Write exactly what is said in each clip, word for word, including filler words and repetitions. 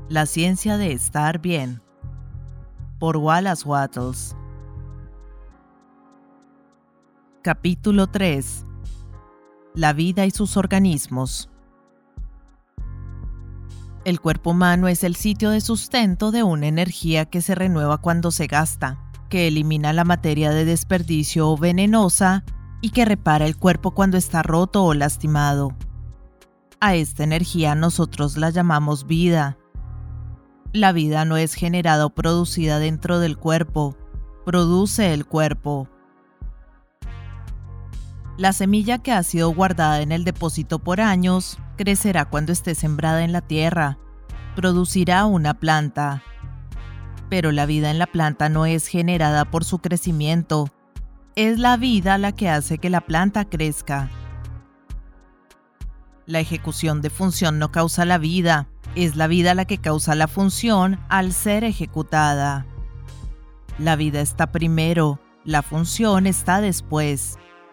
La ciencia de estar bien, por Wallace Wattles. Capítulo tres. La vida y sus organismos. El cuerpo humano es el sitio de sustento de una energía que se renueva cuando se gasta, que elimina la materia de desperdicio o venenosa y que repara el cuerpo cuando está roto o lastimado. A esta energía nosotros la llamamos vida. La vida no es generada o producida dentro del cuerpo, produce el cuerpo. La semilla que ha sido guardada en el depósito por años crecerá cuando esté sembrada en la tierra, producirá una planta. Pero la vida en la planta no es generada por su crecimiento, es la vida la que hace que la planta crezca. La ejecución de función no causa la vida, es la vida la que causa la función al ser ejecutada. La vida está primero, la función está después.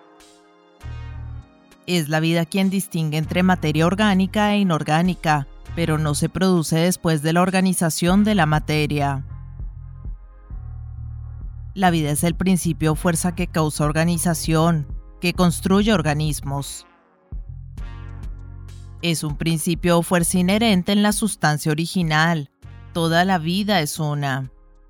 Es la vida quien distingue entre materia orgánica e inorgánica, pero no se produce después de la organización de la materia. La vida es el principio o fuerza que causa organización, que construye organismos. Es un principio o fuerza inherente en la sustancia original. Toda la vida es una.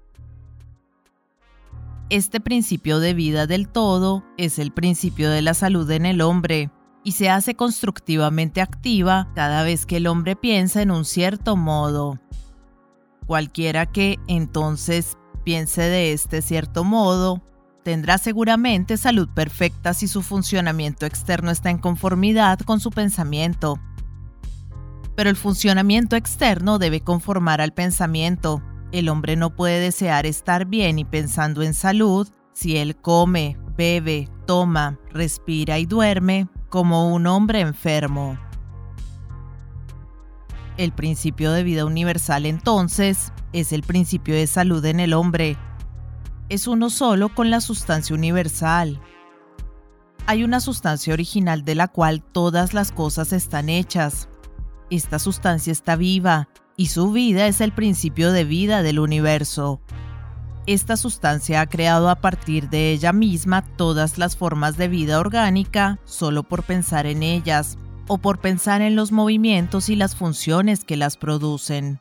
Este principio de vida del todo es el principio de la salud en el hombre y se hace constructivamente activa cada vez que el hombre piensa en un cierto modo. Cualquiera que, entonces, piense de este cierto modo, tendrá seguramente salud perfecta si su funcionamiento externo está en conformidad con su pensamiento. Pero el funcionamiento externo debe conformar al pensamiento. El hombre no puede desear estar bien y pensando en salud si él come, bebe, toma, respira y duerme como un hombre enfermo. El principio de vida universal, entonces, es el principio de salud en el hombre. Es uno solo con la sustancia universal. Hay una sustancia original de la cual todas las cosas están hechas. Esta sustancia está viva, y su vida es el principio de vida del universo. Esta sustancia ha creado a partir de ella misma todas las formas de vida orgánica solo por pensar en ellas, o por pensar en los movimientos y las funciones que las producen.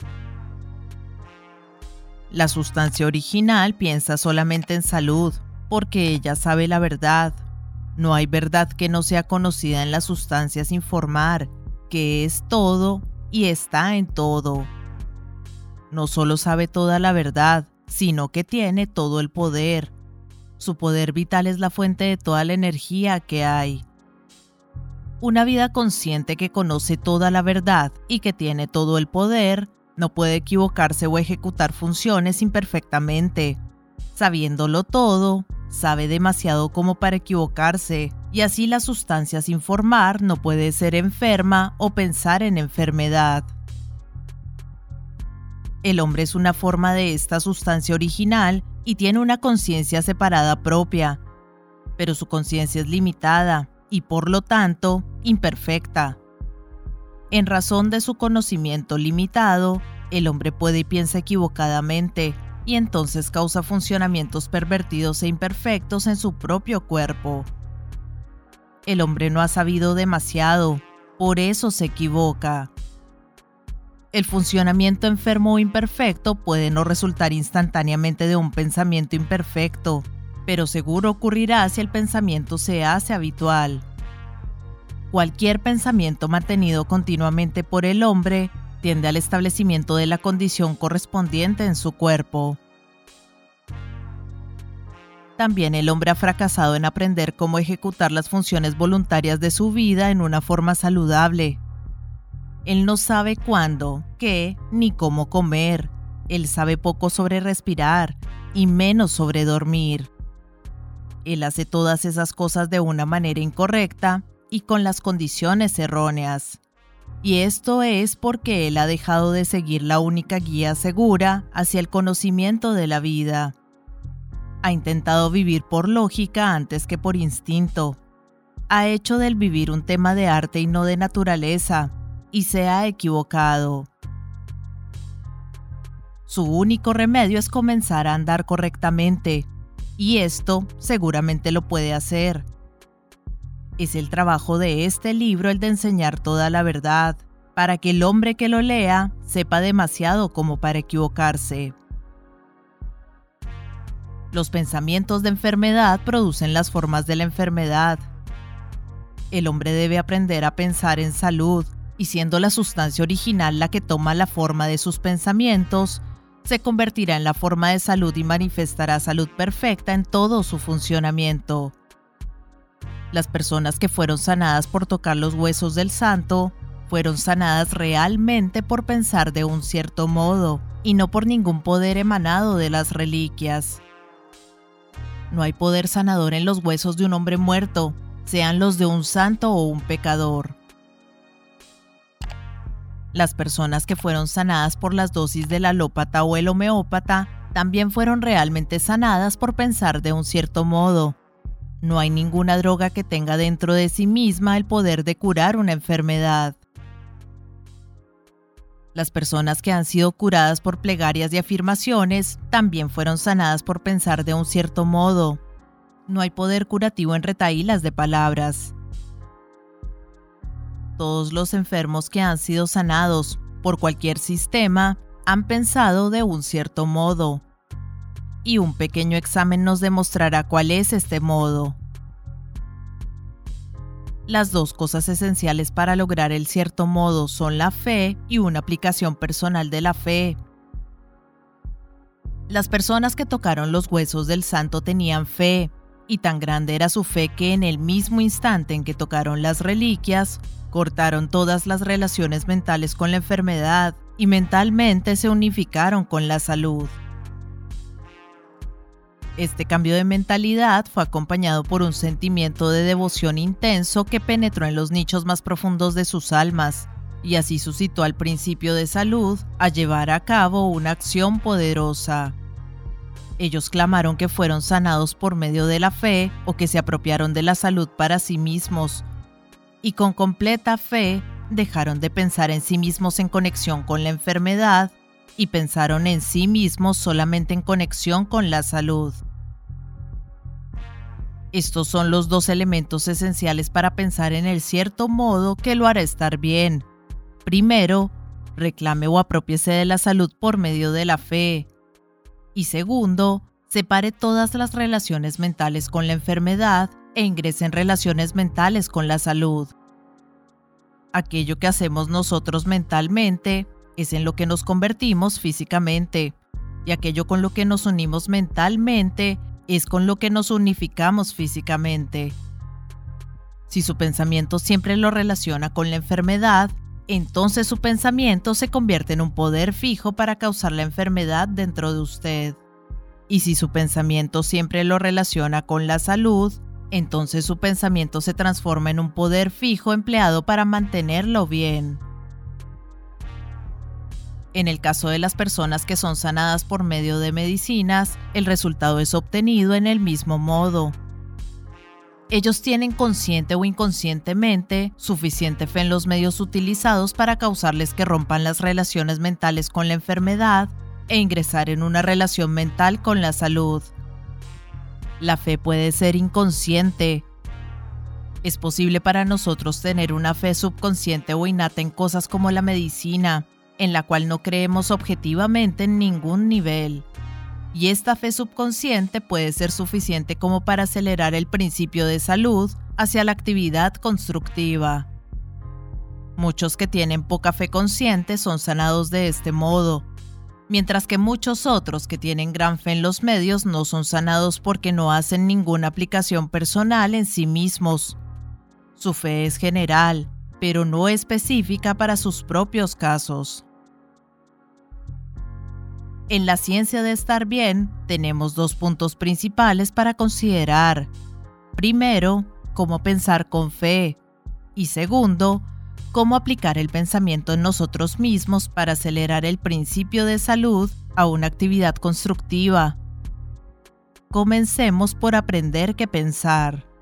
La sustancia original piensa solamente en salud, porque ella sabe la verdad. No hay verdad que no sea conocida en la sustancia sin formar, que es todo y está en todo. No solo sabe toda la verdad, sino que tiene todo el poder. Su poder vital es la fuente de toda la energía que hay. Una vida consciente que conoce toda la verdad y que tiene todo el poder, no puede equivocarse o ejecutar funciones imperfectamente. Sabiéndolo todo, sabe demasiado como para equivocarse, y así la sustancia sin formar no puede ser enferma o pensar en enfermedad. El hombre es una forma de esta sustancia original y tiene una conciencia separada propia, pero su conciencia es limitada y por lo tanto imperfecta. En razón de su conocimiento limitado, el hombre puede y piensa equivocadamente, y entonces causa funcionamientos pervertidos e imperfectos en su propio cuerpo. El hombre no ha sabido demasiado, por eso se equivoca. El funcionamiento enfermo o imperfecto puede no resultar instantáneamente de un pensamiento imperfecto, pero seguro ocurrirá si el pensamiento se hace habitual. Cualquier pensamiento mantenido continuamente por el hombre tiende al establecimiento de la condición correspondiente en su cuerpo. También el hombre ha fracasado en aprender cómo ejecutar las funciones voluntarias de su vida en una forma saludable. Él no sabe cuándo, qué, ni cómo comer. Él sabe poco sobre respirar y menos sobre dormir. Él hace todas esas cosas de una manera incorrecta y con las condiciones erróneas. Y esto es porque él ha dejado de seguir la única guía segura hacia el conocimiento de la vida. Ha intentado vivir por lógica antes que por instinto. Ha hecho del vivir un tema de arte y no de naturaleza, y se ha equivocado. Su único remedio es comenzar a andar correctamente, y esto seguramente lo puede hacer. Es el trabajo de este libro el de enseñar toda la verdad, para que el hombre que lo lea sepa demasiado como para equivocarse. Los pensamientos de enfermedad producen las formas de la enfermedad. El hombre debe aprender a pensar en salud, y siendo la sustancia original la que toma la forma de sus pensamientos, se convertirá en la forma de salud y manifestará salud perfecta en todo su funcionamiento. Las personas que fueron sanadas por tocar los huesos del santo, fueron sanadas realmente por pensar de un cierto modo, y no por ningún poder emanado de las reliquias. No hay poder sanador en los huesos de un hombre muerto, sean los de un santo o un pecador. Las personas que fueron sanadas por las dosis del alópata o el homeópata también fueron realmente sanadas por pensar de un cierto modo. No hay ninguna droga que tenga dentro de sí misma el poder de curar una enfermedad. Las personas que han sido curadas por plegarias y afirmaciones también fueron sanadas por pensar de un cierto modo. No hay poder curativo en retahílas de palabras. Todos los enfermos que han sido sanados por cualquier sistema han pensado de un cierto modo. Y un pequeño examen nos demostrará cuál es este modo. Las dos cosas esenciales para lograr el cierto modo son la fe y una aplicación personal de la fe. Las personas que tocaron los huesos del santo tenían fe, y tan grande era su fe que en el mismo instante en que tocaron las reliquias, cortaron todas las relaciones mentales con la enfermedad y mentalmente se unificaron con la salud. Este cambio de mentalidad fue acompañado por un sentimiento de devoción intenso que penetró en los nichos más profundos de sus almas, y así suscitó al principio de salud a llevar a cabo una acción poderosa. Ellos clamaron que fueron sanados por medio de la fe o que se apropiaron de la salud para sí mismos, y con completa fe dejaron de pensar en sí mismos en conexión con la enfermedad y pensaron en sí mismos solamente en conexión con la salud. Estos son los dos elementos esenciales para pensar en el cierto modo que lo hará estar bien. Primero, reclame o apropiese de la salud por medio de la fe. Y segundo, separe todas las relaciones mentales con la enfermedad e ingrese en relaciones mentales con la salud. Aquello que hacemos nosotros mentalmente es en lo que nos convertimos físicamente, y aquello con lo que nos unimos mentalmente es con lo que nos unificamos físicamente. Si su pensamiento siempre lo relaciona con la enfermedad, entonces su pensamiento se convierte en un poder fijo para causar la enfermedad dentro de usted. Y si su pensamiento siempre lo relaciona con la salud, entonces su pensamiento se transforma en un poder fijo empleado para mantenerlo bien. En el caso de las personas que son sanadas por medio de medicinas, el resultado es obtenido en el mismo modo. Ellos tienen consciente o inconscientemente suficiente fe en los medios utilizados para causarles que rompan las relaciones mentales con la enfermedad e ingresar en una relación mental con la salud. La fe puede ser inconsciente. Es posible para nosotros tener una fe subconsciente o innata en cosas como la medicina, en la cual no creemos objetivamente en ningún nivel. Y esta fe subconsciente puede ser suficiente como para acelerar el principio de salud hacia la actividad constructiva. Muchos que tienen poca fe consciente son sanados de este modo, mientras que muchos otros que tienen gran fe en los medios no son sanados porque no hacen ninguna aplicación personal en sí mismos. Su fe es general, pero no específica para sus propios casos. En la ciencia de estar bien, tenemos dos puntos principales para considerar. Primero, cómo pensar con fe. Y segundo, cómo aplicar el pensamiento en nosotros mismos para acelerar el principio de salud a una actividad constructiva. Comencemos por aprender qué pensar.